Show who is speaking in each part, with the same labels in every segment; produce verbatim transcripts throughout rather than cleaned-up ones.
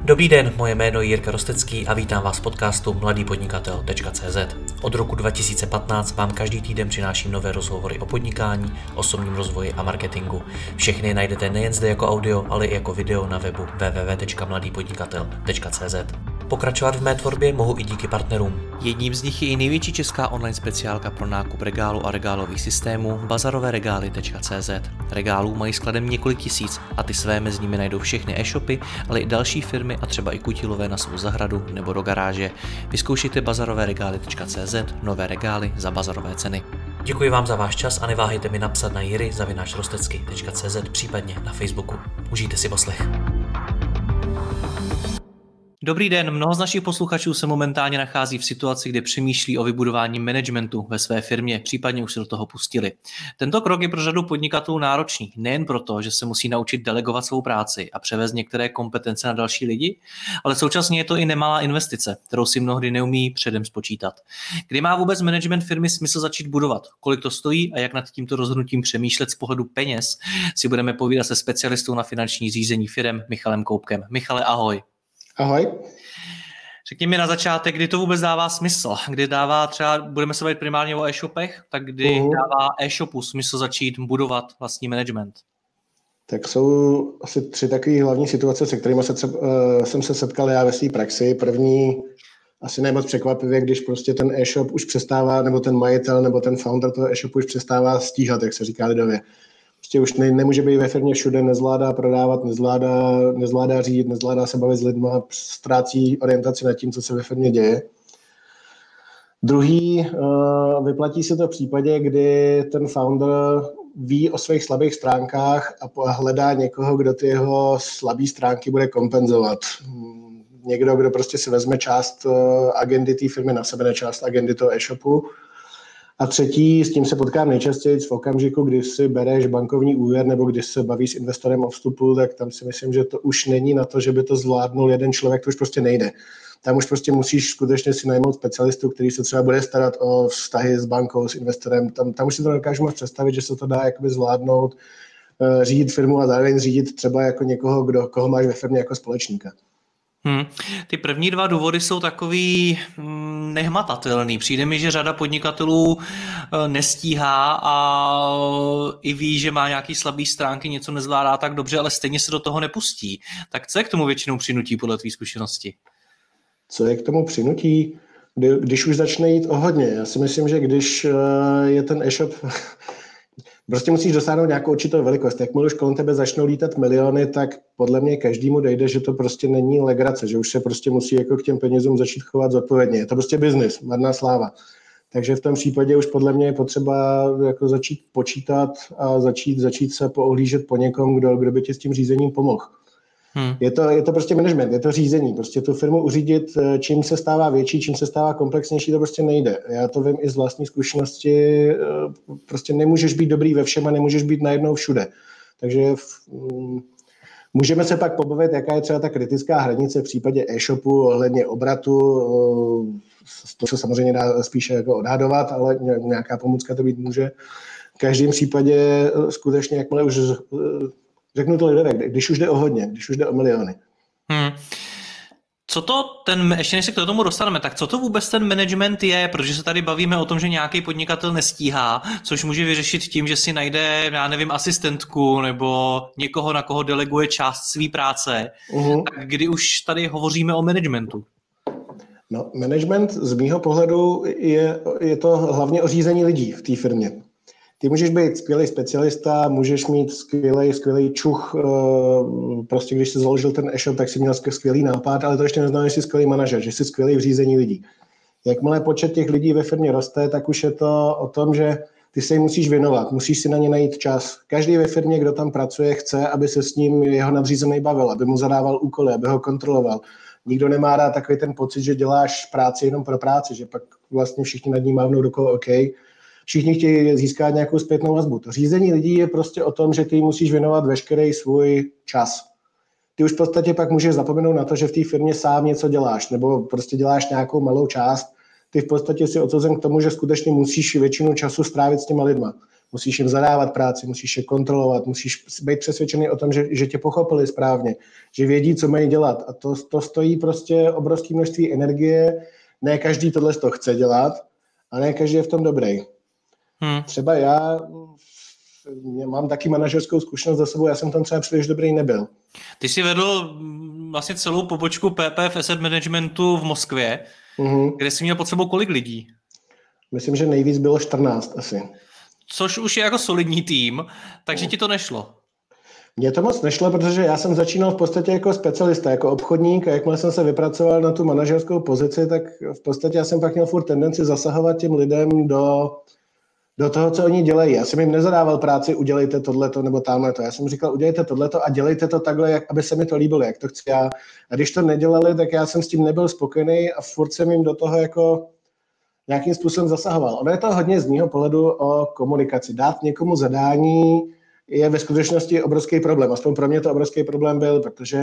Speaker 1: Dobrý den, moje jméno je Jirka Rostecký a vítám vás v podcastu mladý podnikatel tečka cé zet. Od roku dva tisíce patnáct vám každý týden přináším nové rozhovory o podnikání, osobním rozvoji a marketingu. Všechny najdete nejen zde jako audio, ale i jako video na webu w w w tečka mladý podnikatel tečka cé zet. Pokračovat v mé tvorbě mohu i díky partnerům. Jedním z nich je i největší česká online speciálka pro nákup regálu a regálových systémů bazarové regály tečka cé zet. Regálů mají skladem několik tisíc a ty své mezi nimi najdou všechny e-shopy, ale i další firmy a třeba i kutilové na svou zahradu nebo do garáže. Vyzkoušejte bazarové regály tečka cé zet, nové regály za bazarové ceny. Děkuji vám za váš čas a neváhejte mi napsat na jiry zavináč rostecky tečka cé zet, případně na Facebooku. Užijte si poslech. Dobrý den, mnoho z našich posluchačů se momentálně nachází v situaci, kdy přemýšlí o vybudování managementu ve své firmě, případně už se do toho pustili. Tento krok je pro řadu podnikatelů náročný, nejen proto, že se musí naučit delegovat svou práci a převést některé kompetence na další lidi, ale současně je to i nemalá investice, kterou si mnohdy neumí předem spočítat. Kdy má vůbec management firmy smysl začít budovat? Kolik to stojí a jak nad tímto rozhodnutím přemýšlet z pohledu peněz, si budeme povídat se specialistou na finanční řízení firem Michalem Koupkem. Michale, ahoj.
Speaker 2: Ahoj.
Speaker 1: Řekni mi na začátek, kdy to vůbec dává smysl, kdy dává třeba, budeme se bavit primárně o e-shopech, tak kdy uh-huh. dává e-shopu smysl začít budovat vlastní management?
Speaker 2: Tak jsou asi tři takové hlavní situace, se kterými se třeba, uh, jsem se setkal já ve své praxi. První, asi nejmoc překvapivě, když prostě ten e-shop už přestává, nebo ten majitel, nebo ten founder toho e-shopu už přestává stíhat, jak se říká lidově. Prostě už ne, nemůže být ve firmě všude, nezvládá prodávat, nezvládá, nezvládá řídit, nezvládá se bavit s lidma, ztrácí orientaci nad tím, co se ve firmě děje. Druhý, uh, vyplatí se to v případě, kdy ten founder ví o svých slabých stránkách a hledá někoho, kdo ty jeho slabé stránky bude kompenzovat. Někdo, kdo prostě si vezme část uh, agendy té firmy na sebe, ne část agendy toho e-shopu. A třetí, s tím se potkám nejčastěji v okamžiku, kdy si bereš bankovní úvěr nebo když se bavíš s investorem o vstupu, tak tam si myslím, že to už není na to, že by to zvládnul jeden člověk, to už prostě nejde. Tam už prostě musíš skutečně si najmout specialistu, který se třeba bude starat o vztahy s bankou, s investorem. Tam, tam už si to nedokážu moc představit, že se to dá jakoby zvládnout, uh, řídit firmu a zároveň řídit třeba jako někoho, kdo, koho máš ve firmě jako společníka.
Speaker 1: Hmm. Ty první dva důvody jsou takový hm, nehmatatelný. Přijde mi, že řada podnikatelů e, nestíhá a i ví, že má nějaký slabý stránky, něco nezvládá tak dobře, ale stejně se do toho nepustí. Tak co je k tomu většinou přinutí podle tvý zkušenosti?
Speaker 2: Co je k tomu přinutí? Kdy, když už začne jít o hodně. Já si myslím, že když uh, je ten e-shop... Prostě musíš dosáhnout nějakou určitou velikost. Jakmile už kolem tebe začnou lítat miliony, tak podle mě každému dojde, že to prostě není legrace, že už se prostě musí jako k těm penězům začít chovat zodpovědně. Je to prostě biznis, marná sláva. Takže v tom případě už podle mě je potřeba jako začít počítat a začít, začít se poohlížet po někom, kdo, kdo by ti s tím řízením pomohl. Hmm. Je to, je to prostě management, je to řízení. Prostě tu firmu uřídit, čím se stává větší, čím se stává komplexnější, to prostě nejde. Já to vím i z vlastní zkušenosti. Prostě nemůžeš být dobrý ve všem a nemůžeš být najednou všude. Takže um, můžeme se pak pobavit, jaká je třeba ta kritická hranice v případě e-shopu ohledně obratu. To se samozřejmě dá spíše jako odhadovat, ale nějaká pomůcka to být může. V každém případě skutečně, jakmile už... Řeknu to lidové, když už jde o hodně, když už jde o miliony.
Speaker 1: Hmm. Co to ten, ještě než se k tomu dostaneme, tak co to vůbec ten management je, protože se tady bavíme o tom, že nějaký podnikatel nestíhá, což může vyřešit tím, že si najde, já nevím, asistentku nebo někoho, na koho deleguje část své práce. Uh-huh. Tak kdy už tady hovoříme o managementu?
Speaker 2: No, management z mýho pohledu je, je to hlavně o řízení lidí v té firmě. Ty můžeš být skvělý specialista, můžeš mít skvělý, skvělý čuch, prostě když jsi založil ten e-shop, tak jsi měl skvělý nápad, ale to ještě neznamená, že jsi skvělý manažer, že jsi skvělý v řízení lidí. Jakmile počet těch lidí ve firmě roste, tak už je to o tom, že ty se jim musíš věnovat, musíš si na ně najít čas. Každý ve firmě, kdo tam pracuje, chce, aby se s ním jeho nadřízený bavil, aby mu zadával úkoly, aby ho kontroloval. Nikdo nemá rád takový ten pocit, že děláš práci jenom pro práci, že pak vlastně všichni nad ním mávnou dokola OK. Všichni chtějí získat nějakou zpětnou vazbu. To řízení lidí je prostě o tom, že ty musíš věnovat veškerý svůj čas. Ty už v podstatě pak můžeš zapomenout na to, že v té firmě sám něco děláš, nebo prostě děláš nějakou malou část. Ty v podstatě si odsouzen k tomu, že skutečně musíš většinu času strávit s těma lidma. musíš jim zadávat práci, musíš je kontrolovat, musíš být přesvědčený o tom, že, že tě pochopili správně, že vědí, co mají dělat. A to, to stojí prostě obrovské množství energie. Ne každý tohle to chce dělat a ne každý je v tom dobrý. Hmm. Třeba já mám taky manažerskou zkušenost za sebou, já jsem tam třeba příliš dobrý nebyl.
Speaker 1: Ty jsi vedl vlastně celou pobočku P P F Asset Managementu v Moskvě, mm-hmm. kde jsi měl pod sebou kolik lidí?
Speaker 2: Myslím, že nejvíc bylo čtrnáct asi.
Speaker 1: Což už je jako solidní tým, takže ti to nešlo?
Speaker 2: Mně to moc nešlo, protože já jsem začínal v podstatě jako specialista, jako obchodník a jakmile jsem se vypracoval na tu manažerskou pozici, tak v podstatě já jsem pak měl furt tendenci zasahovat těm lidem do, do toho, co oni dělají. Já jsem jim nezadával práci, udělejte tohleto nebo tamhleto. Já jsem říkal, udělejte tohleto a dělejte to takhle, jak, aby se mi to líbilo, jak to chci já. A když to nedělali, tak já jsem s tím nebyl spokojený a furt jsem jim do toho jako nějakým způsobem zasahoval. Ono je to hodně z mýho pohledu o komunikaci. Dát někomu zadání je ve skutečnosti obrovský problém. Aspoň pro mě to obrovský problém byl, protože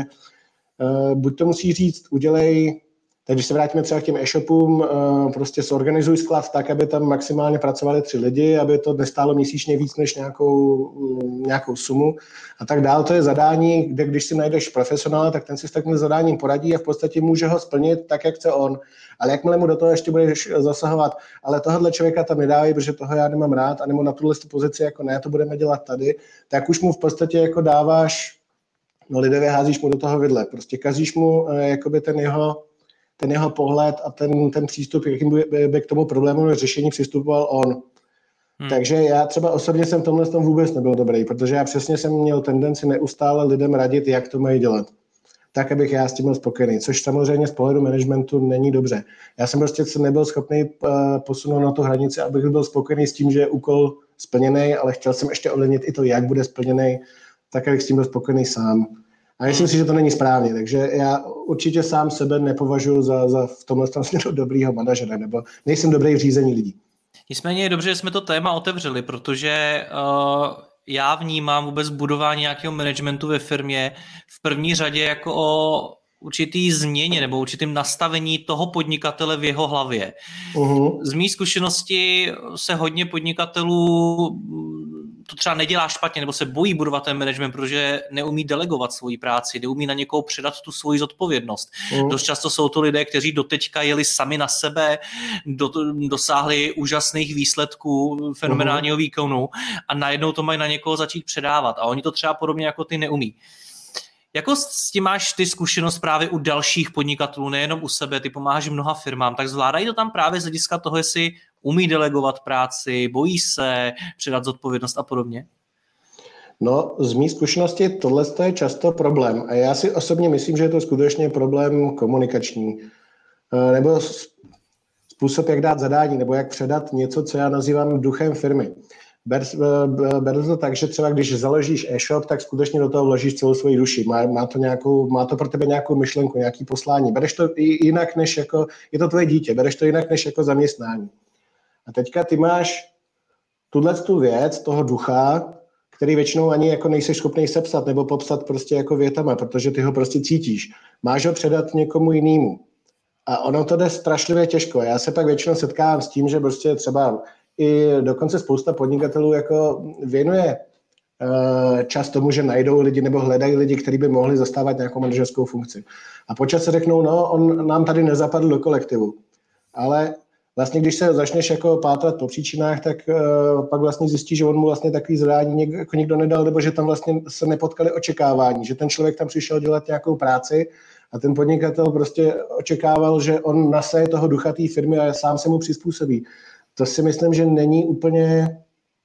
Speaker 2: uh, buď to musí říct, udělej, tak když se vrátíme třeba k těm e-shopům, uh, prostě zorganizuj sklad tak, aby tam maximálně pracovali tři lidi, aby to nestálo měsíčně víc než nějakou, um, nějakou sumu a tak dál. To je zadání, kde když si najdeš profesionála, tak ten si s takovým zadáním poradí a v podstatě může ho splnit tak, jak chce on. Ale jakmile mu do toho ještě budeš zasahovat, ale tohohle člověka tam nedávají, protože toho já nemám rád, anebo na tuhle pozici jako ne, to budeme dělat tady, tak už mu v podstatě jako dáváš, no lidově házíš mu do toho vidle. Prostě kazíš mu eh, jakoby ten jeho, ten jeho pohled a ten, ten přístup, jakým by, by, by k tomu problému řešení přistupoval on. Hmm. Takže já třeba osobně jsem v tomhle tom vůbec nebyl dobrý, protože já přesně jsem měl tendenci neustále lidem radit, jak to mají dělat. Tak, abych já s tím byl spokojený, což samozřejmě z pohledu managementu není dobře. Já jsem prostě se nebyl schopný uh, posunout na tu hranici, abych byl spokojený s tím, že je úkol splněný, ale chtěl jsem ještě ovlivnit i to, jak bude splněný, tak, abych s tím byl spokojený sám. A myslím si, že to není správně, takže já určitě sám sebe nepovažuji za, za v tomhle směru dobrýho manažera, nebo nejsem dobrý v řízení lidí.
Speaker 1: Nicméně je dobře, že jsme to téma otevřeli, protože uh... já vnímám vůbec budování nějakého managementu ve firmě v první řadě jako o určitý změně nebo určitým nastavení toho podnikatele v jeho hlavě. Uh-huh. Z mý zkušenosti se hodně podnikatelů to třeba nedělá špatně nebo se bojí budovat ten management, protože neumí delegovat svoji práci, neumí na někoho předat tu svoji zodpovědnost. Uh-huh. Dost často jsou to lidé, kteří doteďka jeli sami na sebe, do, dosáhli úžasných výsledků, fenomenálního uh-huh. výkonu a najednou to mají na někoho začít předávat a oni to třeba podobně jako ty neumí. Jako s tím máš ty zkušenost právě u dalších podnikatelů, nejenom u sebe, ty pomáháš mnoha firmám, tak zvládají to tam právě z hlediska toho, jestli umí delegovat práci, bojí se předat zodpovědnost a podobně?
Speaker 2: No, z mý zkušenosti tohle je často problém a já si osobně myslím, že je to skutečně problém komunikační. Nebo způsob, jak dát zadání, nebo jak předat něco, co já nazývám duchem firmy. Ber, ber to tak, že třeba když založíš e-shop, tak skutečně do toho vložíš celou svoji duši. Má, má, to nějakou, má to pro tebe nějakou myšlenku, nějaký poslání. Bereš to jinak než jako, je to tvoje dítě, bereš to jinak než jako zaměstnání. A teďka ty máš tuto věc, toho ducha, který většinou ani jako nejsi schopný sepsat nebo popsat prostě jako větama, protože ty ho prostě cítíš. Máš ho předat někomu jinému. A ono to jde strašlivě těžko. Já se pak většinou setkávám s tím, že prostě třeba i dokonce spousta podnikatelů jako věnuje uh, čas tomu, že najdou lidi nebo hledají lidi, kteří by mohli zastávat nějakou manažerskou funkci. A počas se řeknou, no, on nám tady nezapadl do kolektivu. Ale vlastně, když se začneš jako pátrat po příčinách, tak uh, pak vlastně zjistíš, že on mu vlastně takový zadání někdo, jako nikdo nedal, nebo že tam vlastně se nepotkali očekávání, že ten člověk tam přišel dělat nějakou práci a ten podnikatel prostě očekával, že on naseje toho ducha té firmy a sám se mu přizpůsobí. To si myslím, že není úplně,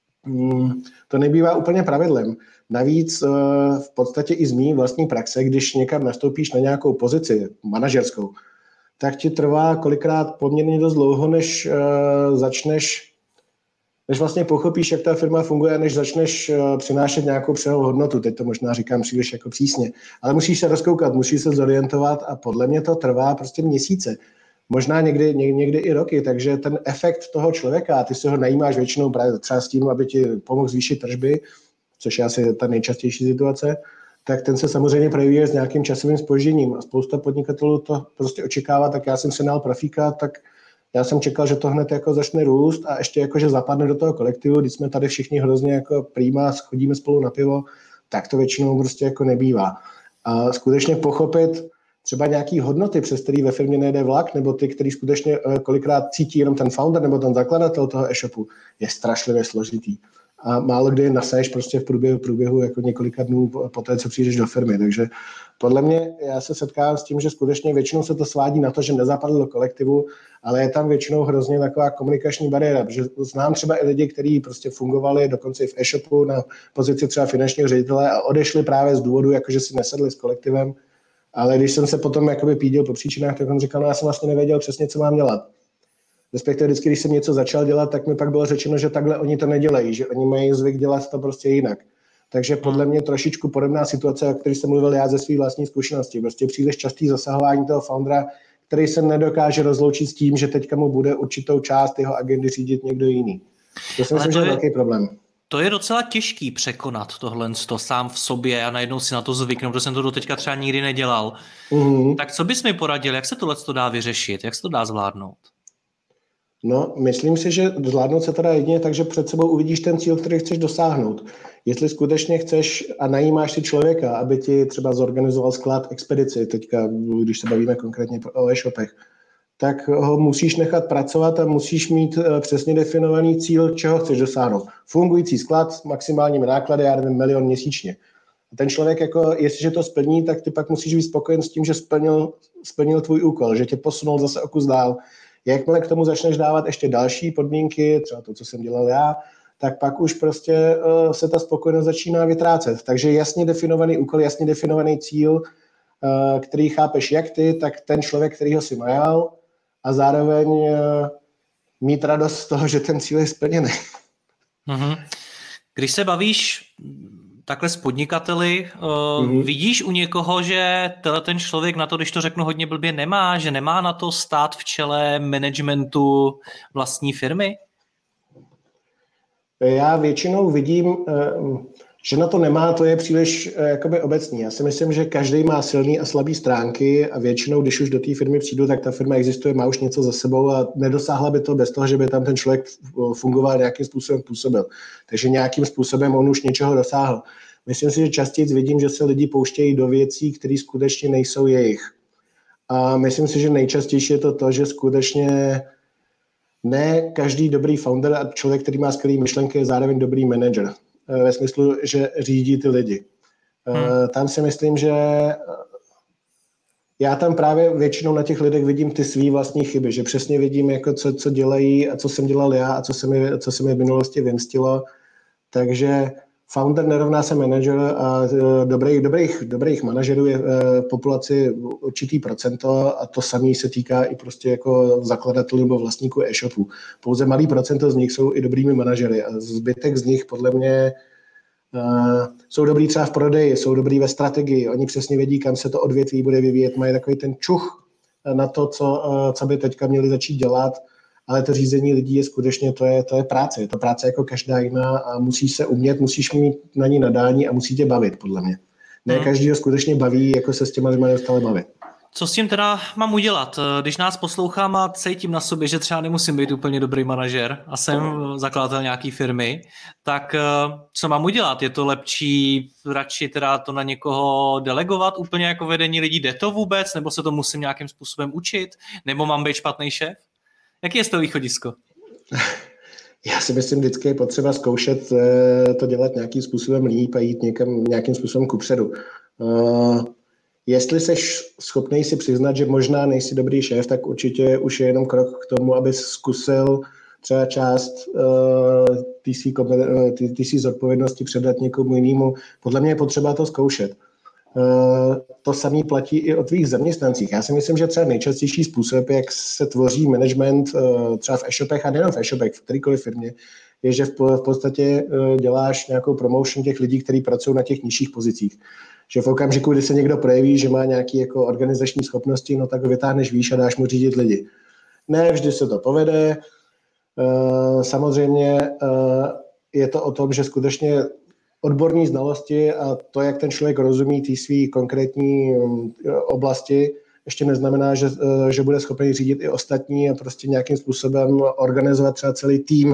Speaker 2: to nebývá úplně pravidlem. Navíc v podstatě i z mý vlastní praxe, když někam nastoupíš na nějakou pozici manažerskou, tak ti trvá kolikrát poměrně dost dlouho, než začneš, než vlastně pochopíš, jak ta firma funguje, než začneš přinášet nějakou přidanou hodnotu. Teď to možná říkám příliš jako přísně. Ale musíš se rozkoukat, musíš se zorientovat a podle mě to trvá prostě měsíce. Možná někdy, někdy i roky, takže ten efekt toho člověka, ty si ho najímáš většinou právě třeba s tím, aby ti pomohl zvýšit tržby, což je asi ta nejčastější situace, tak ten se samozřejmě projevuje s nějakým časovým zpožděním a spousta podnikatelů to prostě očekává, tak já jsem si nal profíka, tak Já jsem čekal, že to hned jako začne růst a ještě jako, že zapadne do toho kolektivu, když jsme tady všichni hrozně jako prýma, chodíme spolu na pivo, tak to většinou prostě jako nebývá. A skutečně pochopit třeba nějaký hodnoty, přes který ve firmě nejde vlak, nebo ty, který skutečně kolikrát cítí jenom ten founder nebo ten zakladatel toho e-shopu, je strašlivě složitý. A málo kdy nasaješ prostě v průběhu, průběhu jako několika dnů po té, co přijdeš do firmy. Takže podle mě já se setkávám s tím, že skutečně většinou se to svádí na to, že nezapadl do kolektivu, ale je tam většinou hrozně taková komunikační bariéra, protože znám třeba i lidi, kteří prostě fungovali dokonce i v e-shopu na pozici třeba finančního ředitele a odešli právě z důvodu, jakože si nesedli s kolektivem. Ale když jsem se potom jakoby pídil po příčinách, tak on říkal, no já jsem vlastně nevěděl přesně, co mám dělat. Respektive vždycky, když jsem něco začal dělat, tak mi pak bylo řečeno, že takhle oni to nedělají, že oni mají zvyk dělat to prostě jinak. Takže podle mě trošičku podobná situace, o které jsem mluvil já ze své vlastní zkušenosti. Prostě příliš častý zasahování toho foundera, který se nedokáže rozloučit s tím, že teďka mu bude určitou část jeho agendy řídit někdo jiný. To si myslím, že je velký problém.
Speaker 1: To je docela těžký překonat tohle to sám v sobě a najednou si na to zvyknout, protože jsem to doteďka třeba nikdy nedělal. Mm-hmm. Tak co bys mi poradil, jak se tohle dá vyřešit, jak se to dá zvládnout?
Speaker 2: No, myslím si, že zvládnout se teda jedině tak, že před sebou uvidíš ten cíl, který chceš dosáhnout. Jestli skutečně chceš a najímáš si člověka, aby ti třeba zorganizoval sklad expedici, teďka, když se bavíme konkrétně o e-shopech, tak ho musíš nechat pracovat a musíš mít přesně definovaný cíl, čeho chceš dosáhnout. Fungující sklad s maximálními náklady, já nevím, milion měsíčně. A ten člověk, jako, jestliže to splní, tak ty pak musíš být spokojen s tím, že splnil, splnil tvůj úkol, že tě posunul zase o kus dál. Jakmile k tomu začneš dávat ještě další podmínky, třeba to, co jsem dělal já, tak pak už prostě uh, se ta spokojenost začíná vytrácet. Takže jasně definovaný úkol, jasně definovaný cíl, uh, který chápeš jak ty, tak ten člověk, který ho si majal, a zároveň uh, mít radost z toho, že ten cíl je splněný.
Speaker 1: Mm-hmm. Když se bavíš takhle s podnikateli, uh, mm-hmm. vidíš u někoho, že ten člověk na to, když to řeknu hodně blbě, nemá, že nemá na to stát v čele managementu vlastní firmy?
Speaker 2: Já většinou vidím, uh, že na to nemá, to je příliš uh, jakoby obecný. Já si myslím, že každý má silný a slabý stránky a většinou, když už do té firmy přijdu, tak ta firma existuje, má už něco za sebou a nedosáhla by to bez toho, že by tam ten člověk fungoval nějakým způsobem působil. Takže nějakým způsobem on už něčeho dosáhl. Myslím si, že častěji vidím, že se lidi pouštějí do věcí, které skutečně nejsou jejich. A myslím si, že nejčastější je to to, že skutečně ne každý dobrý founder a člověk, který má skvělý myšlenky, je zároveň dobrý manager. Ve smyslu, že řídí ty lidi. Hmm. Tam si myslím, že já tam právě většinou na těch lidech vidím ty svý vlastní chyby, že přesně vidím, jako co, co dělají a co jsem dělal já a co se mi, co se mi v minulosti vymstilo. Takže founder nerovná se manager a dobrých, dobrých, dobrých manažerů je v populaci určitý procento a to samé se týká i prostě jako zakladatelů nebo vlastníků e-shopů. Pouze malý procento z nich jsou i dobrými manažery a zbytek z nich podle mě uh, jsou dobrý třeba v prodeji, jsou dobrý ve strategii, oni přesně vědí, kam se to odvětví bude vyvíjet, mají takový ten čuch na to, co, uh, co by teďka měli začít dělat. Ale to řízení lidí je skutečně, to je, to je práce. Je to práce jako každá jiná a musíš se umět, musíš mít na ní nadání a musí tě bavit, podle mě. Ne hmm. každý ho skutečně baví, jako se s těma lidmi neustále bavit.
Speaker 1: Co s tím teda mám udělat? Když nás poslouchám a cítím na sobě, že třeba nemusím být úplně dobrý manažer a jsem zakladatel nějaký firmy, tak co mám udělat? Je to lepší radši teda to na někoho delegovat úplně jako vedení lidí? Jde to vůbec? Nebo se to musím nějakým způsobem učit? Nebo mám být špatný šéf? Jaký je z toho východisko?
Speaker 2: Já si myslím, vždycky je potřeba zkoušet to dělat nějakým způsobem líp a jít někam, nějakým způsobem kupředu. Uh, jestli jsi schopný si přiznat, že možná nejsi dobrý šéf, tak určitě už je jenom krok k tomu, abys zkusil třeba část uh, té svý zodpovědnosti předat někomu jinému. Podle mě je potřeba to zkoušet. Uh, to samé platí i o tvých zaměstnancích. Já si myslím, že třeba nejčastější způsob, jak se tvoří management uh, třeba v e-shopech a nejen v e-shopech, v kterýkoliv firmě, je, že v, v podstatě uh, děláš nějakou promotion těch lidí, kteří pracují na těch nižších pozicích. Že v okamžiku, kdy se někdo projeví, že má nějaké jako organizační schopnosti, no tak ho vytáhneš výš a dáš mu řídit lidi. Ne vždy se to povede. Uh, samozřejmě uh, je to o tom, že skutečně odborné znalosti a to, jak ten člověk rozumí té své konkrétní oblasti, ještě neznamená, že, že bude schopný řídit i ostatní a prostě nějakým způsobem organizovat třeba celý tým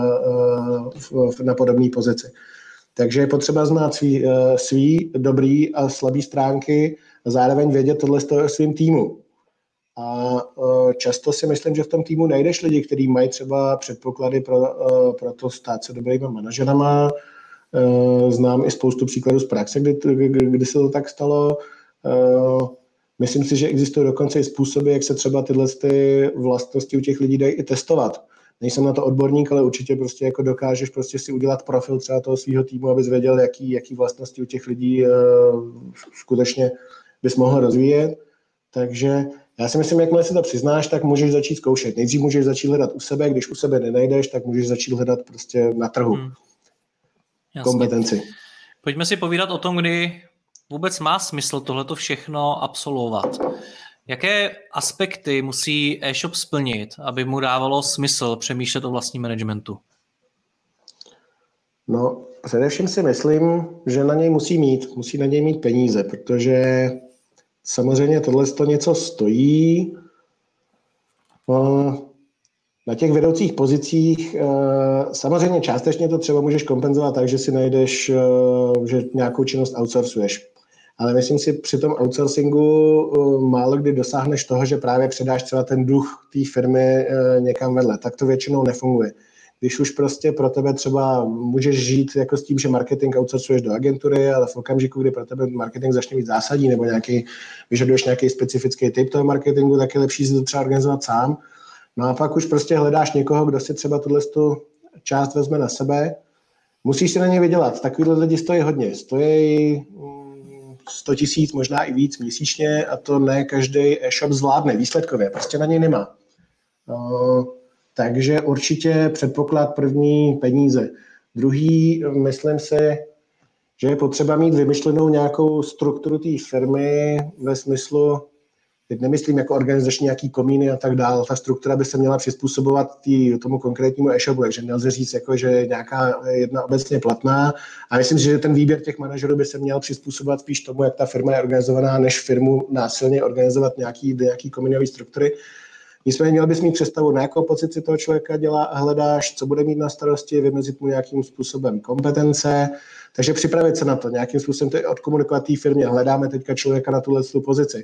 Speaker 2: na podobné pozici. Takže je potřeba znát svý, svý dobrý a slabý stránky a zároveň vědět tohle o svým týmu. A často si myslím, že v tom týmu najdeš lidi, kteří mají třeba předpoklady pro, pro to stát se dobrýma manažerama. Znám i spoustu příkladů z praxe, kdy, kdy, kdy se to tak stalo. Myslím si, že existují dokonce i způsoby, jak se třeba tyhle ty vlastnosti u těch lidí dají i testovat. Nejsem na to odborník, ale určitě prostě jako dokážeš prostě si udělat profil třeba toho svého týmu, abys věděl, jaký, jaký vlastnosti u těch lidí skutečně bys mohl rozvíjet. Takže já si myslím, jakmile si to přiznáš, tak můžeš začít zkoušet. Nejdřív můžeš začít hledat u sebe, když u sebe nenajdeš, tak můžeš začít hledat prostě na trhu hmm. kompetenci.
Speaker 1: Pojďme si povídat o tom, kdy vůbec má smysl tohleto všechno absolvovat. Jaké aspekty musí e-shop splnit, aby mu dávalo smysl přemýšlet o vlastním managementu?
Speaker 2: No, především si myslím, že na něj musí mít, musí na něj mít peníze, protože samozřejmě tohle to něco stojí. Na těch vedoucích pozicích samozřejmě částečně to třeba můžeš kompenzovat tak, že si najdeš, že nějakou činnost outsourcuješ. Ale myslím si, při tom outsourcingu málo kdy dosáhneš toho, že právě předáš třeba ten duch té firmy někam vedle. Tak to většinou nefunguje. Když už prostě pro tebe třeba můžeš žít jako s tím, že marketing outsourcuješ do agentury, ale v okamžiku, kdy pro tebe marketing začne být zásadní nebo nějaký, vyžaduješ nějaký specifický typ toho marketingu, tak je lepší si to třeba organizovat sám. No a pak už prostě hledáš někoho, kdo si třeba tuhle část vezme na sebe. Musíš si na ně vydělat. Takovýhle lidi stojí hodně. Stojí sto tisíc, možná i víc měsíčně a to ne každý e-shop zvládne výsledkově. Prostě na něj nemá. No, takže určitě předpoklad první peníze. Druhý, myslím si, že je potřeba mít vymyšlenou nějakou strukturu té firmy ve smyslu, teď nemyslím jako organizační nějaký komíny a tak dále, ta struktura by se měla přizpůsobovat tý, tomu konkrétnímu e-shopu, takže nelze říct, jako, že je nějaká jedna obecně platná a myslím si, že ten výběr těch manažerů by se měl přizpůsobovat spíš tomu, jak ta firma je organizovaná, než firmu násilně organizovat nějaký, nějaký komínový struktury. Nicméně měl bys mít představu, na jakou pozici toho člověka dělá a hledáš, co bude mít na starosti, vymezit mu nějakým způsobem kompetence, takže připravit se na to, nějakým způsobem to odkomunikovat té firmě. Hledáme teďka člověka na tuhle pozici.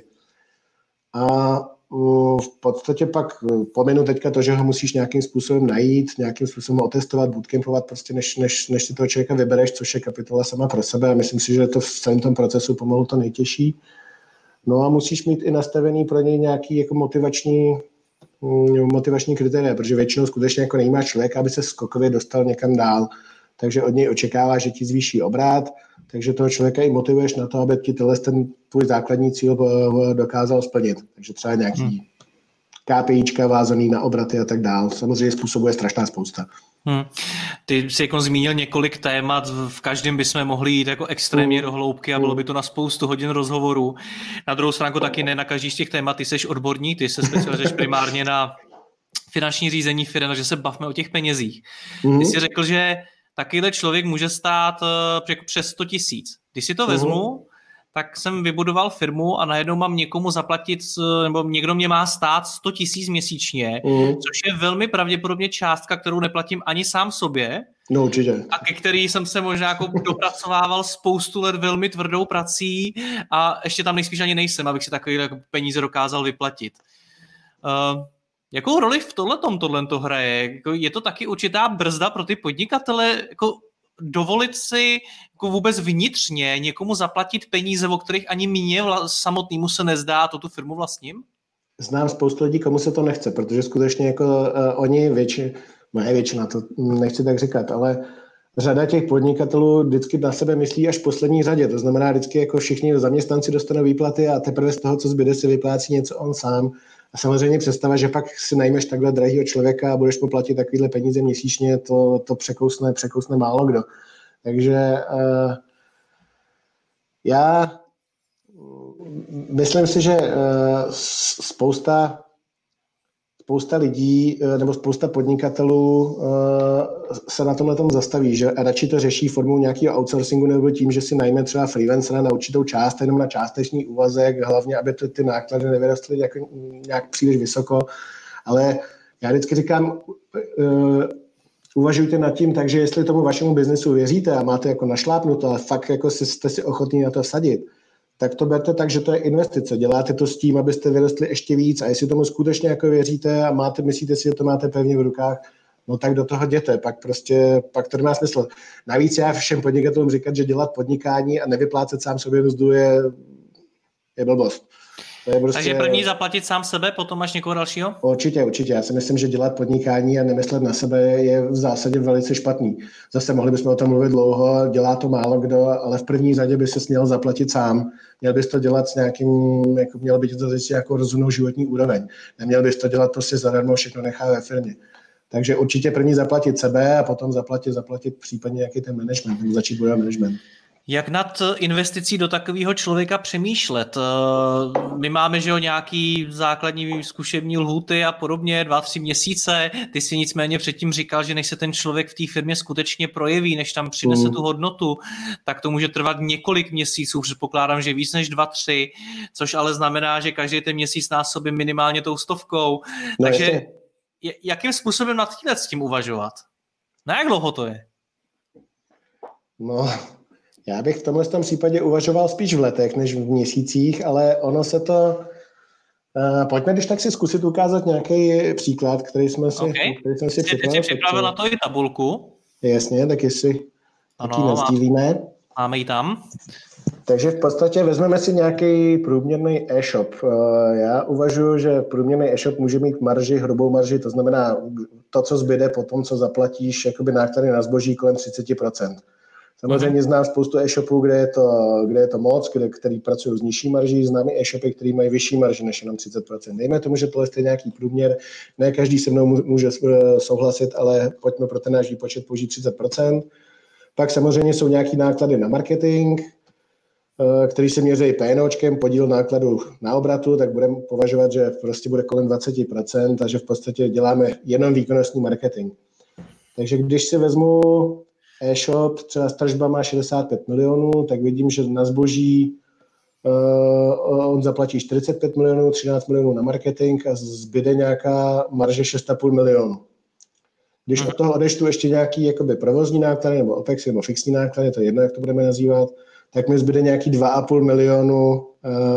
Speaker 2: A v podstatě pak pominu teďka to, že ho musíš nějakým způsobem najít, nějakým způsobem otestovat, bootcampovat, prostě než, než, než si toho člověka vybereš, což je kapitola sama pro sebe a myslím si, že je to v celém tom procesu pomalu to nejtěžší. No a musíš mít i nastavený pro něj nějaký jako motivační motivační kritéria, protože většinou skutečně jako nejímáš člověka, aby se skokově dostal někam dál. Takže od něj očekává, že ti zvýší obrat, takže toho člověka i motivuješ na to, aby ti tenhle ten tvůj základní cíl dokázal splnit. Takže třeba nějaký hmm. KPIčka vázaný na obraty a tak dál. Samozřejmě způsobuje strašná spousta.
Speaker 1: Hmm. Ty jsi jako zmínil několik témat, v každém bychom mohli jít jako extrémně do hloubky a bylo by to na spoustu hodin rozhovorů. Na druhou stránku taky ne na každý z těch témat, ty jsi odborník, ty se specializuješ primárně na finanční řízení firem, takže se bavme o těch penězích. Ty jsi řekl, že takovýhle člověk může stát přes sto tisíc. Když si to vezmu, tak jsem vybudoval firmu a najednou mám někomu zaplatit, nebo někdo mě má stát sto tisíc měsíčně, mm. což je velmi pravděpodobně částka, kterou neplatím ani sám sobě.
Speaker 2: No určitě.
Speaker 1: A ke který jsem se možná jako dopracovával spoustu let velmi tvrdou prací a ještě tam nejspíš ani nejsem, abych si takové jako peníze dokázal vyplatit. Uh, jakou roli v tohletom tohleto hraje? Je to taky určitá brzda pro ty podnikatele, jako dovolit si jako vůbec vnitřně někomu zaplatit peníze, o kterých ani mně vla- samotnému se nezdá, to tu firmu vlastním?
Speaker 2: Znám spoustu lidí, komu se to nechce, protože skutečně jako uh, oni větši, moje většina, to nechci tak říkat, ale řada těch podnikatelů vždycky na sebe myslí až v poslední řadě, to znamená vždycky jako všichni zaměstnanci dostanou výplaty a teprve z toho, co zbyde, si vyplácí něco on sám. A samozřejmě představa, že pak si najmeš takhle drahýho člověka a budeš mu platit takovýhle peníze měsíčně, to, to překousne, překousne málo kdo. Takže uh, já myslím si, že uh, spousta spousta lidí nebo spousta podnikatelů se na tomhle tom zastaví, že radši to řeší formou nějakého outsourcingu nebo tím, že si najme třeba freelancera na určitou část, jenom na částečný úvazek, hlavně, aby ty, ty náklady nevyrostly jako nějak příliš vysoko. Ale já vždycky říkám, uh, uvažujte nad tím, takže jestli tomu vašemu biznesu věříte a máte jako našlápnuto, ale fakt jako jste si ochotní na to vsadit, tak to berte tak, že to je investice. Děláte to s tím, abyste vyrostli ještě víc a jestli tomu skutečně jako věříte a máte, myslíte si, že to máte pevně v rukách, no tak do toho jděte, pak prostě, pak to nemá smysl. Navíc já všem podnikatelům říkat, že dělat podnikání a nevyplácet sám sobě mzdu je, je blbost. To je prostě...
Speaker 1: Takže první zaplatit sám sebe, potom máš někoho dalšího?
Speaker 2: Určitě, určitě. Já si myslím, že dělat podnikání a nemyslet na sebe je v zásadě velice špatný. Zase mohli bychom o tom mluvit dlouho, dělá to málo kdo, ale v první řadě by se měl zaplatit sám. Měl bys to dělat s nějakým, jako měl by to zjistit jako rozumnou životní úroveň. Neměl bys to dělat prostě zadarmo, všechno nechá ve firmě. Takže určitě první zaplatit sebe a potom zaplatit, zaplatit případně nějaký ten management, začít bojovat management.
Speaker 1: Jak nad investicí do takového člověka přemýšlet? My máme, že jo, nějaký základní zkušební lhůty a podobně, dva, tři měsíce. Ty si nicméně předtím říkal, že než se ten člověk v té firmě skutečně projeví, než tam přinese mm. tu hodnotu, tak to může trvat několik měsíců. Předpokládám, že víc než dva, tři, což ale znamená, že každý ten měsíc násobí minimálně tou stovkou. No takže ještě. Jakým způsobem nad tímhle s tím uvažovat? Na jak dlouho to je?
Speaker 2: No... Já bych v tomhle tom případě uvažoval spíš v letech, než v měsících, ale ono se to... Uh, pojďme když tak si zkusit ukázat nějaký příklad, který jsme si,
Speaker 1: okay.
Speaker 2: který jsme si
Speaker 1: připravili. Teď jsi připravil na to i tabulku.
Speaker 2: Jasně, tak jestli taky nasdílíme.
Speaker 1: Máme ji tam.
Speaker 2: Takže v podstatě vezmeme si nějaký průměrný e-shop. Uh, já uvažuji, že průměrný e-shop může mít marži, hrubou marži, to znamená to, co zbyde po tom, co zaplatíš jakoby náklady na zboží kolem třicet procent. Samozřejmě znám spoustu e-shopů, kde je to, kde je to moc, kde, který pracují s nižší marží, znám i e-shopy, který mají vyšší marži než jenom třicet procent. Dejme tomu, že tohle je nějaký průměr, ne každý se mnou může souhlasit, ale pojďme pro ten náš výpočet použít třicet procent. Pak samozřejmě jsou nějaký náklady na marketing, který se měří PNOčkem, podíl nákladů na obratu, tak budeme považovat, že prostě bude kolem dvacet procent a že v podstatě děláme jenom výkonnostní marketing. Takže když si vezmu e-shop, třeba tržba má šedesát pět milionů, tak vidím, že na zboží uh, on zaplatí čtyřicet pět milionů, třináct milionů na marketing a zbyde nějaká marže šest a půl milionu. Když od toho odečtu ještě nějaký jakoby provozní náklady nebo OPEX nebo fixní náklady, to je jedno, jak to budeme nazývat, tak mi zbyde nějaký dva a půl milionu uh,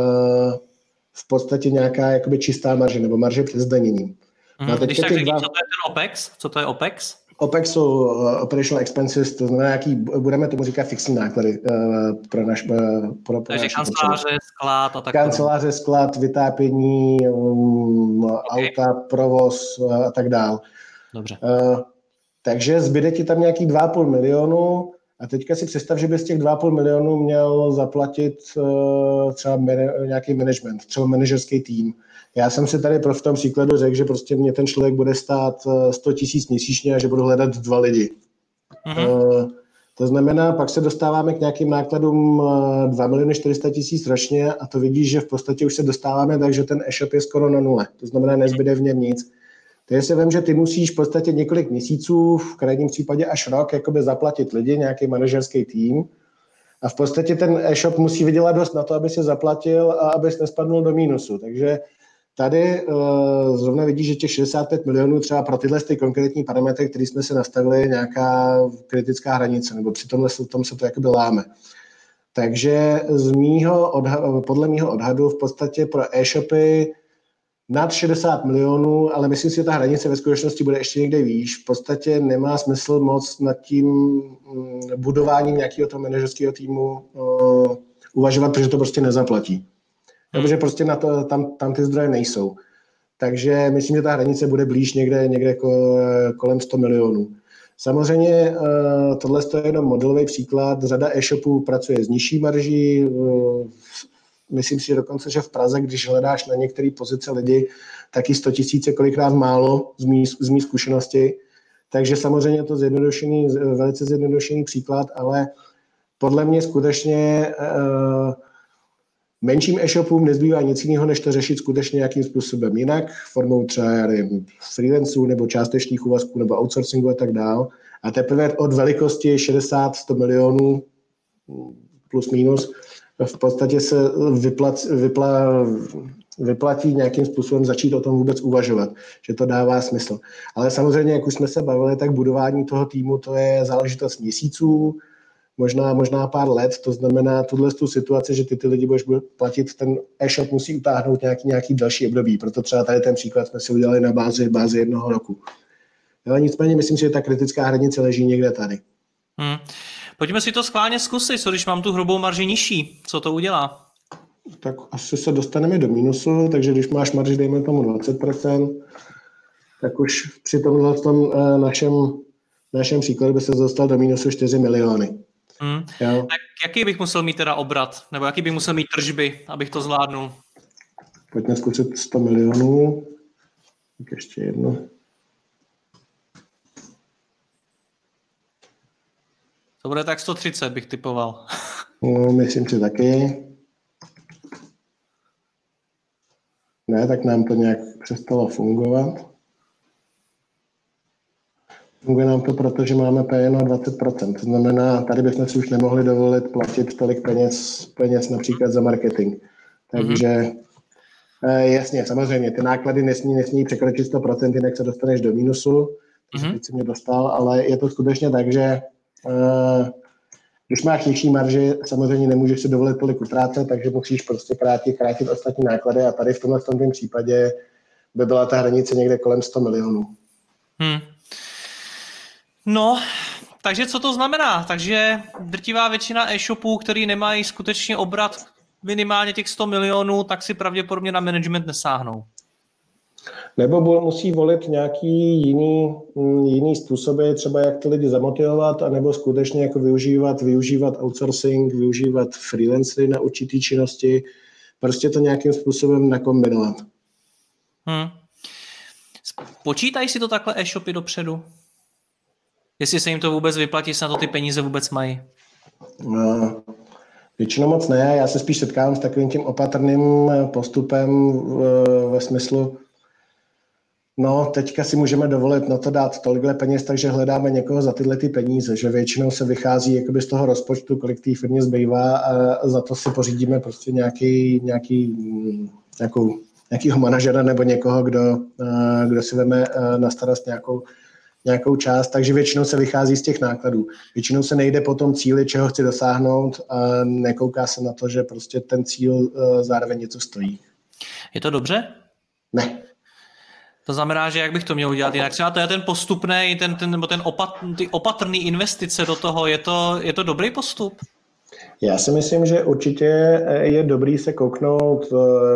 Speaker 2: v podstatě nějaká jakoby čistá marže nebo marže před zdaněním.
Speaker 1: Mm, no když tak řekni, dva... co to je ten OPEX? Co to je OPEX?
Speaker 2: OPEX jsou uh, operational expenses, to znamená, jaký, budeme tomu říkat fixní náklady uh, pro naš uh, pro, pro
Speaker 1: Takže kanceláře, sklad a tak.
Speaker 2: Kanceláře, sklad, vytápění, um, okay. auta, provoz uh, a tak dál.
Speaker 1: Dobře.
Speaker 2: Uh, takže zbyde ti tam nějaký dva a půl milionu a teďka si představ, že bys těch dva a půl milionu měl zaplatit uh, třeba man- nějaký management, třeba manažerský tým. Já jsem si tady v tom příkladu řekl, že prostě mě ten člověk bude stát sto tisíc měsíčně a že budu hledat dva lidi. Mm-hmm. Uh, to znamená, pak se dostáváme k nějakým nákladům dva miliony čtyři sta tisíc ročně a to vidíš, že v podstatě už se dostáváme tak, že ten e-shop je skoro na nule. To znamená, nezbyde v něm nic. Takže si vem, že ty musíš v podstatě několik měsíců, v krajním případě až rok, jakoby zaplatit lidi, nějaký manažerský tým. A v podstatě ten e-shop musí vydělat dost na to, aby si zaplatil a abys nespadnul do mínusu. Takže tady uh, zrovna vidíš, že těch šedesát pět milionů třeba pro tyhle ty konkrétní parametry, které jsme se nastavili, nějaká kritická hranice, nebo při tomhle tom se to jakoby láme. Takže z mýho odha- podle mýho odhadu v podstatě pro e-shopy nad šedesát milionů, ale myslím si, že ta hranice ve skutečnosti bude ještě někde výš. V podstatě nemá smysl moc nad tím budováním nějakého toho manažerského týmu uh, uvažovat, protože to prostě nezaplatí. Protože prostě na to, tam, tam ty zdroje nejsou. Takže myslím, že ta hranice bude blíž někde, někde kolem sto milionů. Samozřejmě tohle je jenom modelový příklad. Řada e-shopů pracuje s nižší marží. Myslím si, že dokonce, že v Praze, když hledáš na některé pozice lidi, taky sto tisíc je kolikrát málo z mý, z mý zkušenosti. Takže samozřejmě je to zjednodušený, velice zjednodušený příklad, ale podle mě skutečně Menším e-shopům nezbývá nic jiného, než to řešit skutečně nějakým způsobem jinak, formou třeba nevím, freelanců nebo částečných úvazků nebo outsourcingu a tak dál. A teprve od velikosti šedesát až sto milionů plus minus v podstatě se vyplat, vypla, vyplatí nějakým způsobem začít o tom vůbec uvažovat, že to dává smysl. Ale samozřejmě, jak už jsme se bavili, tak budování toho týmu to je záležitost měsíců, možná, možná pár let, to znamená tuhle tu situaci, že ty ty lidi budeš platit, ten e-shop musí utáhnout nějaký, nějaký další období, proto třeba tady ten příklad jsme si udělali na bázi, bázi jednoho roku. Ale nicméně myslím si, že ta kritická hranice leží někde tady.
Speaker 1: Hmm. Pojďme si to schválně zkusit, co když mám tu hrubou marži nižší, co to udělá?
Speaker 2: Tak asi se dostaneme do mínusu, takže když máš marži, dejme tomu dvacet procent, tak už při tomhle tom našem, našem příkladu by se dostal do mínusu čtyři miliony.
Speaker 1: Hmm. Tak jaký bych musel mít teda obrat? Nebo jaký bych musel mít tržby, abych to zvládnul?
Speaker 2: Pojďme zkusit sto milionů. Tak ještě jedno.
Speaker 1: To bude tak sto třicet, bych typoval.
Speaker 2: No, myslím si taky. Ne, tak nám to nějak přestalo fungovat. Funguje nám to, protože máme P N o dvacet procent. To znamená, tady bychom si už nemohli dovolit platit tolik peněz, peněz například za marketing. Takže mm-hmm. jasně, samozřejmě, ty náklady nesmí, nesmí překročit sto procent, jinak se dostaneš do mínusu. Mm-hmm. Teď si mě dostal, ale je to skutečně tak, že uh, když máš nižší marži, samozřejmě nemůžeš si dovolit tolik utrácet, takže musíš prostě krátit, krátit ostatní náklady a tady v tomhle v tom případě by byla ta hranice někde kolem sto milionů.
Speaker 1: Hmm. No, takže co to znamená? Takže drtivá většina e-shopů, který nemají skutečně obrat minimálně těch sto milionů, tak si pravděpodobně na management nesáhnou.
Speaker 2: Nebo musí volit nějaký jiný, jiný způsoby, třeba jak ty lidi zamotivovat, anebo skutečně jako využívat, využívat outsourcing, využívat freelancery na určitý činnosti, prostě to nějakým způsobem nakombinovat.
Speaker 1: Hmm. Počítají si to takhle e-shopy dopředu? Jestli se jim to vůbec vyplatí, jestli na to ty peníze vůbec mají?
Speaker 2: No, většinou moc ne, já se spíš setkávám s takovým tím opatrným postupem ve smyslu, no, teďka si můžeme dovolit na to dát tolikhle peněz, takže hledáme někoho za tyhle ty peníze, že většinou se vychází jakoby z toho rozpočtu, kolik té firmě zbývá a za to si pořídíme prostě nějaký, nějaký, nějakou, nějakýho manažera nebo někoho, kdo, kdo si veme na starost nějakou, nějakou část, takže většinou se vychází z těch nákladů. Většinou se nejde po tom cíli, čeho chci dosáhnout a nekouká se na to, že prostě ten cíl zároveň něco stojí.
Speaker 1: Je to dobře?
Speaker 2: Ne.
Speaker 1: To znamená, že jak bych to měl udělat jinak? Třeba to je ten postupný, ten, ten, nebo ten opat, ty opatrný investice do toho, je to, je to dobrý postup?
Speaker 2: Já si myslím, že určitě je dobrý se kouknout,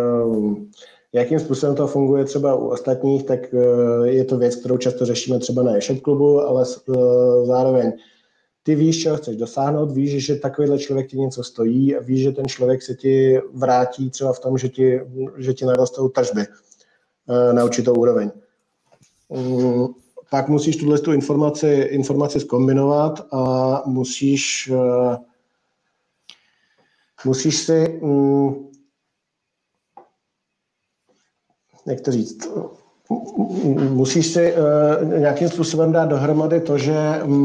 Speaker 2: jakým způsobem to funguje třeba u ostatních, tak je to věc, kterou často řešíme třeba na e-shop klubu, ale zároveň ty víš, čeho chceš dosáhnout, víš, že takovýhle člověk ti něco stojí a víš, že ten člověk se ti vrátí třeba v tom, že ti, že ti narostou tržby na určitou úroveň. Pak musíš tuhle tu informaci, informaci zkombinovat a musíš, musíš si, jak to říct, musíš si nějakým způsobem dát dohromady to, že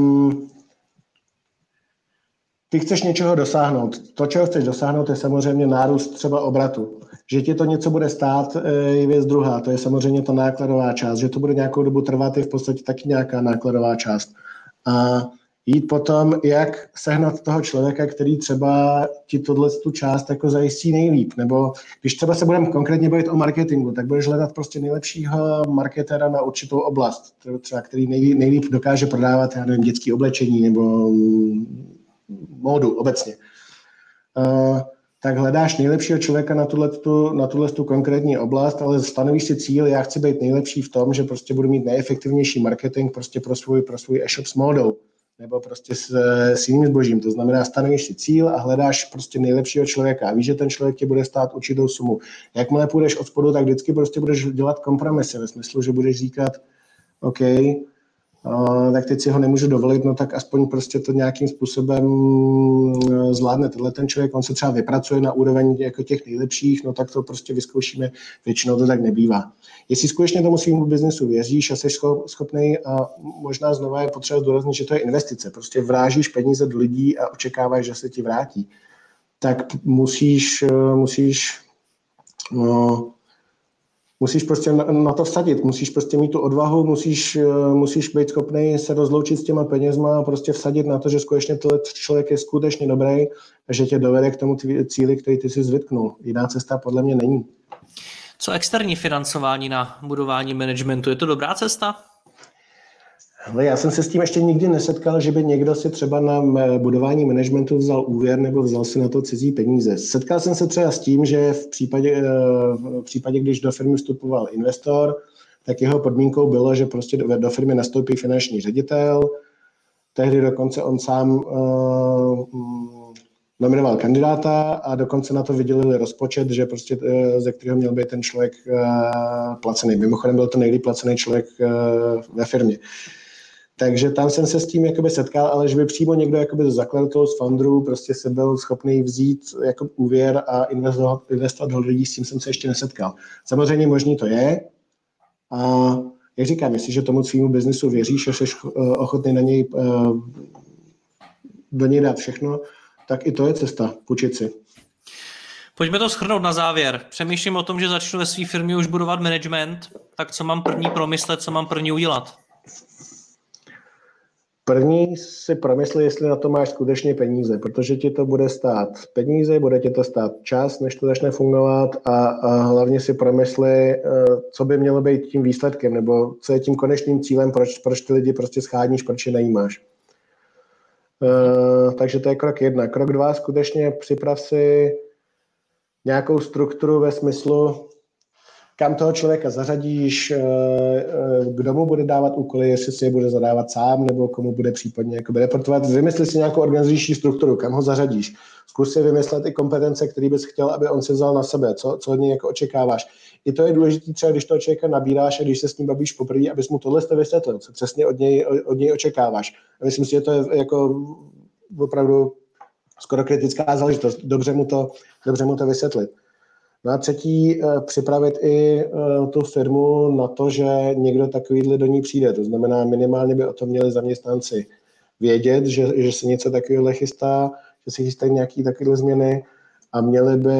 Speaker 2: ty chceš něčeho dosáhnout. To, čeho chceš dosáhnout, je samozřejmě nárůst třeba obratu. Že ti to něco bude stát, je věc druhá. To je samozřejmě ta nákladová část. Že to bude nějakou dobu trvat, je v podstatě taky nějaká nákladová část. A jít potom, jak sehnat toho člověka, který třeba ti tohle tu část jako zajistí nejlíp. Nebo když třeba se budeme konkrétně bavit o marketingu, tak budeš hledat prostě nejlepšího marketera na určitou oblast, třeba který nejlíp, nejlíp dokáže prodávat, já nevím, dětské oblečení nebo módu obecně. Uh, tak hledáš nejlepšího člověka na tuhle na tuhle tu konkrétní oblast, ale stanovíš si cíl, já chci být nejlepší v tom, že prostě budu mít nejefektivnější marketing prostě pro svůj, pro svůj e-shop s módou nebo prostě s, s jiným zbožím. To znamená, stanovíš si cíl a hledáš prostě nejlepšího člověka. Víš, že ten člověk ti bude stát určitou sumu. Jakmile půjdeš od spodu, tak vždycky prostě budeš dělat kompromisy ve smyslu, že budeš říkat, OK, Uh, tak teď si ho nemůžu dovolit, no tak aspoň prostě to nějakým způsobem zvládne. Tenhle ten člověk, on se třeba vypracuje na úroveň jako těch nejlepších, no tak to prostě vyzkoušíme, většinou to tak nebývá. Jestli skutečně tomu svýmu biznesu věříš a jsi schopný, a možná znova je potřeba zdůraznit, že to je investice, prostě vrážíš peníze do lidí a očekáváš, že se ti vrátí, tak musíš, musíš no, Musíš prostě na to vsadit, musíš prostě mít tu odvahu, musíš, musíš být schopný se rozloučit s těma penězma a prostě vsadit na to, že skutečně ten člověk je skutečně dobrý a že tě dovede k tomu cíli, který ty si zvytknul. Jiná cesta podle mě není.
Speaker 1: Co externí financování na budování managementu? Je to dobrá cesta?
Speaker 2: Já jsem se s tím ještě nikdy nesetkal, že by někdo si třeba na budování managementu vzal úvěr nebo vzal si na to cizí peníze. Setkal jsem se třeba s tím, že v případě, v případě, když do firmy vstupoval investor, tak jeho podmínkou bylo, že prostě do firmy nastoupí finanční ředitel. Tehdy dokonce on sám uh, nominoval kandidáta a dokonce na to vydělili rozpočet, že prostě ze kterého měl být ten člověk uh, placený. Mimochodem byl to nejlíp placený člověk uh, ve firmě. Takže tam jsem se s tím jakoby setkal, ale že by přímo někdo jakoby z zakladatelů, z founderů prostě se byl schopný vzít jako úvěr a investovat, investovat do lidí, s tím jsem se ještě nesetkal. Samozřejmě možný to je a jak říkám, jestliže tomu svýmu biznesu věříš a jsi ochotný na něj, do něj dát všechno, tak i to je cesta, půjčit si.
Speaker 1: Pojďme to shrnout na závěr. Přemýšlím o tom, že začnu ve své firmě už budovat management, tak co mám první promyslet, co mám první udělat?
Speaker 2: První si promysli, jestli na to máš skutečně peníze, protože ti to bude stát peníze, bude ti to stát čas, než to začne fungovat a, a hlavně si promysli, co by mělo být tím výsledkem, nebo co je tím konečným cílem, proč, proč ty lidi prostě scháníš, proč je najímáš. Uh, takže to je krok jedna. Krok dva, skutečně připrav si nějakou strukturu ve smyslu, kam toho člověka zařadíš, kdo mu bude dávat úkoly, jestli si je bude zadávat sám, nebo komu bude případně jakoby reportovat. Vymysli si nějakou organizační strukturu, kam ho zařadíš. Zkus si vymyslet i kompetence, které bys chtěl, aby on si vzal na sebe, co, co od něj jako očekáváš. I to je důležité třeba, když toho člověka nabíráš a když se s ním bavíš poprvé, abys mu tohle vysvětlil, co přesně od něj, od něj očekáváš. A myslím si, že to je jako opravdu skoro kritická záležitost. Dobře mu to, dobře mu to vysvětlit. No a třetí, připravit i tu firmu na to, že někdo takovýhle do ní přijde. To znamená, minimálně by o tom měli zaměstnanci vědět, že, že se něco takového chystá, že se chystají nějaké takové změny a měli by,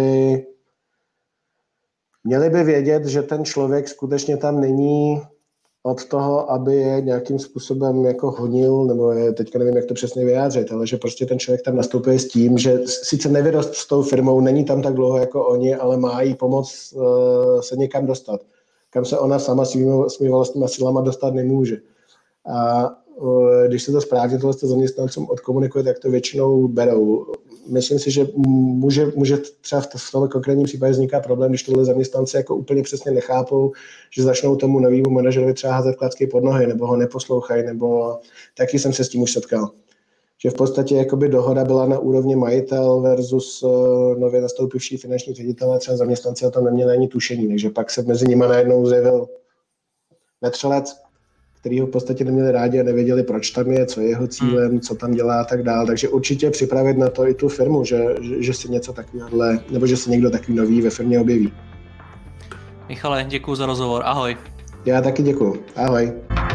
Speaker 2: měli by vědět, že ten člověk skutečně tam není od toho, aby je nějakým způsobem jako honil, nebo je, teďka nevím, jak to přesně vyjádřit, ale že prostě ten člověk tam nastoupí s tím, že sice nevyrost s tou firmou, není tam tak dlouho jako oni, ale má jí pomoct uh, se někam dostat, kam se ona sama svými, svými vlastními silama dostat nemůže. A uh, když se to správně tohle zaměstnancům odkomunikuje, tak to většinou berou. Myslím si, že může, může třeba v tom konkrétním případě vzniká problém, když tohle zaměstnanci jako úplně přesně nechápou, že začnou tomu novému manažerovi třeba házet klacky pod nohy, nebo ho neposlouchají, nebo taky jsem se s tím už setkal. Že v podstatě jakoby dohoda byla na úrovni majitel versus uh, nově nastoupivší finanční ředitel, třeba zaměstnanci o tom neměli ani tušení, takže pak se mezi nimi najednou zjevil vetřelec, který ho v podstatě neměli rádi a nevěděli, proč tam je, co je jeho cílem, co tam dělá a tak dále. Takže určitě připravit na to i tu firmu, že, že, že si něco takového, nebo že se někdo takový nový ve firmě objeví.
Speaker 1: Michale, děkuji za rozhovor. Ahoj.
Speaker 2: Já taky děkuji. Ahoj.